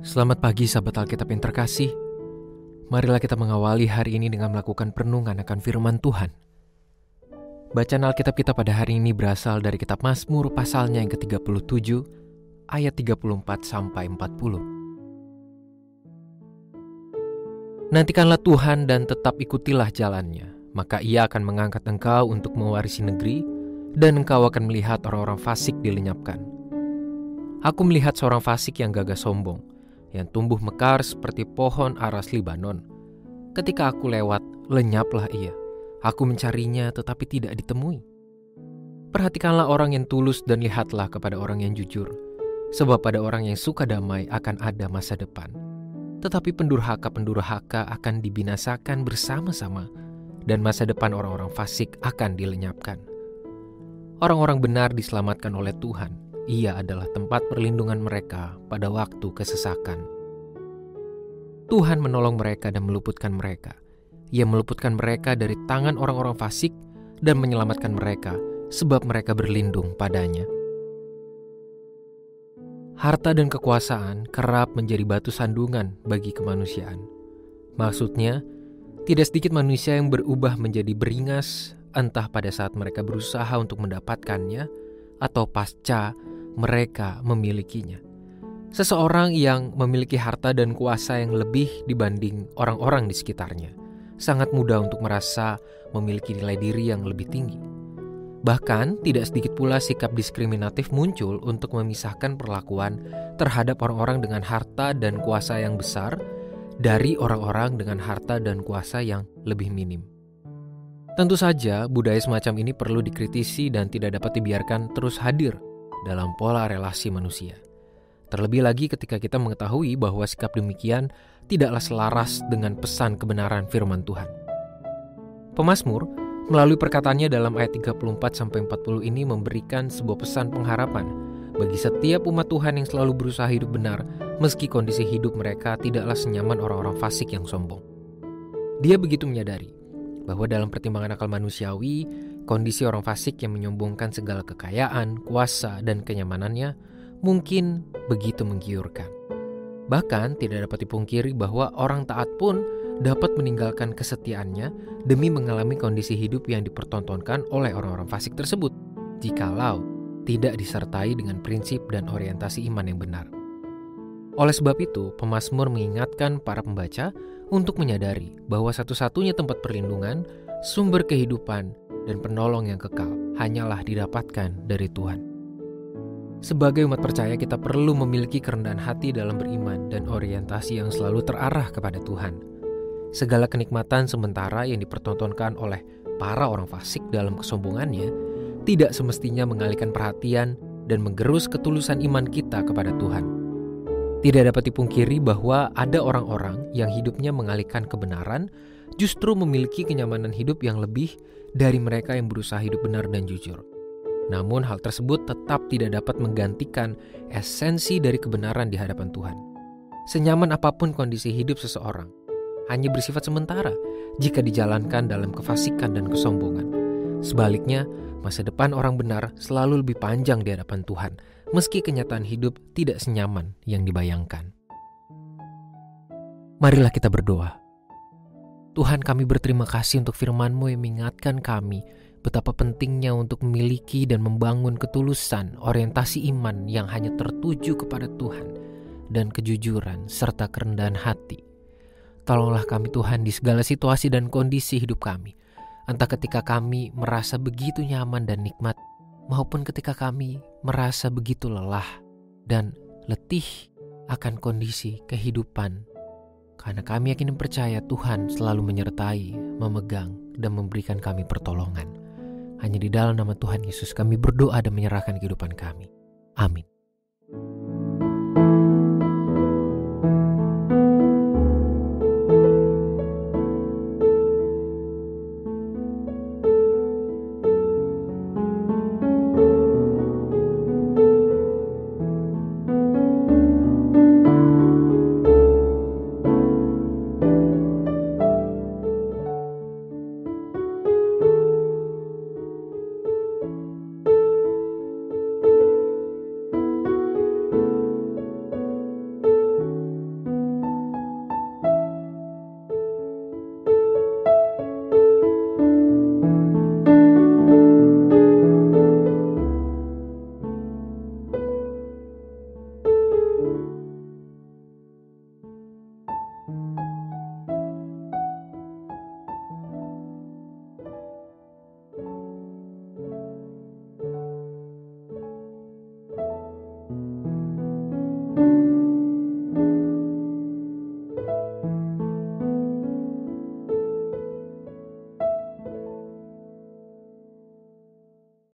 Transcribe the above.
Selamat pagi sahabat Alkitab yang terkasih. Marilah kita mengawali hari ini dengan melakukan perenungan akan firman Tuhan. Bacaan Alkitab kita pada hari ini berasal dari kitab Mazmur pasalnya yang ke-37 ayat 34 sampai 40. Nantikanlah Tuhan dan tetap ikutilah jalannya, maka Ia akan mengangkat engkau untuk mewarisi negeri, dan engkau akan melihat orang-orang fasik dilenyapkan. Aku melihat seorang fasik yang gagah sombong, yang tumbuh mekar seperti pohon aras Libanon. Ketika aku lewat, lenyaplah ia. Aku mencarinya tetapi tidak ditemui. Perhatikanlah orang yang tulus dan lihatlah kepada orang yang jujur. Sebab pada orang yang suka damai akan ada masa depan. Tetapi pendurhaka akan dibinasakan bersama-sama, dan masa depan orang-orang fasik akan dilenyapkan. Orang-orang benar diselamatkan oleh Tuhan. Ia adalah tempat perlindungan mereka pada waktu kesesakan. Tuhan menolong mereka dan meluputkan mereka. Ia meluputkan mereka dari tangan orang-orang fasik dan menyelamatkan mereka sebab mereka berlindung padanya. Harta dan kekuasaan kerap menjadi batu sandungan bagi kemanusiaan. Maksudnya, tidak sedikit manusia yang berubah menjadi beringas entah pada saat mereka berusaha untuk mendapatkannya atau pasca mereka memilikinya. Seseorang yang memiliki harta dan kuasa yang lebih dibanding orang-orang di sekitarnya sangat mudah untuk merasa memiliki nilai diri yang lebih tinggi. Bahkan tidak sedikit pula sikap diskriminatif muncul untuk memisahkan perlakuan terhadap orang-orang dengan harta dan kuasa yang besar dari orang-orang dengan harta dan kuasa yang lebih minim. Tentu saja budaya semacam ini perlu dikritisi dan tidak dapat dibiarkan terus hadir dalam pola relasi manusia. Terlebih lagi ketika kita mengetahui bahwa sikap demikian tidaklah selaras dengan pesan kebenaran firman Tuhan. Pemazmur melalui perkataannya dalam ayat 34-40 ini memberikan sebuah pesan pengharapan bagi setiap umat Tuhan yang selalu berusaha hidup benar meski kondisi hidup mereka tidaklah senyaman orang-orang fasik yang sombong. Dia begitu menyadari bahwa dalam pertimbangan akal manusiawi, kondisi orang fasik yang menyombongkan segala kekayaan, kuasa, dan kenyamanannya mungkin begitu menggiurkan. Bahkan tidak dapat dipungkiri bahwa orang taat pun dapat meninggalkan kesetiaannya demi mengalami kondisi hidup yang dipertontonkan oleh orang-orang fasik tersebut, jikalau tidak disertai dengan prinsip dan orientasi iman yang benar. Oleh sebab itu, pemazmur mengingatkan para pembaca untuk menyadari bahwa satu-satunya tempat perlindungan, sumber kehidupan, dan penolong yang kekal hanyalah didapatkan dari Tuhan. Sebagai umat percaya, kita perlu memiliki kerendahan hati dalam beriman dan orientasi yang selalu terarah kepada Tuhan. Segala kenikmatan sementara yang dipertontonkan oleh para orang fasik dalam kesombongannya tidak semestinya mengalihkan perhatian dan menggerus ketulusan iman kita kepada Tuhan. Tidak dapat dipungkiri bahwa ada orang-orang yang hidupnya mengalihkan kebenaran justru memiliki kenyamanan hidup yang lebih dari mereka yang berusaha hidup benar dan jujur. Namun hal tersebut tetap tidak dapat menggantikan esensi dari kebenaran di hadapan Tuhan. Senyaman apapun kondisi hidup seseorang, hanya bersifat sementara jika dijalankan dalam kefasikan dan kesombongan. Sebaliknya, masa depan orang benar selalu lebih panjang di hadapan Tuhan, meski kenyataan hidup tidak senyaman yang dibayangkan. Marilah kita berdoa. Tuhan, kami berterima kasih untuk firman-Mu yang mengingatkan kami betapa pentingnya untuk memiliki dan membangun ketulusan, orientasi iman yang hanya tertuju kepada Tuhan, dan kejujuran serta kerendahan hati. Tolonglah kami Tuhan di segala situasi dan kondisi hidup kami, entah ketika kami merasa begitu nyaman dan nikmat, maupun ketika kami merasa begitu lelah dan letih akan kondisi kehidupan. Karena kami yakin dan percaya Tuhan selalu menyertai, memegang, dan memberikan kami pertolongan. Hanya di dalam nama Tuhan Yesus kami berdoa dan menyerahkan kehidupan kami. Amin.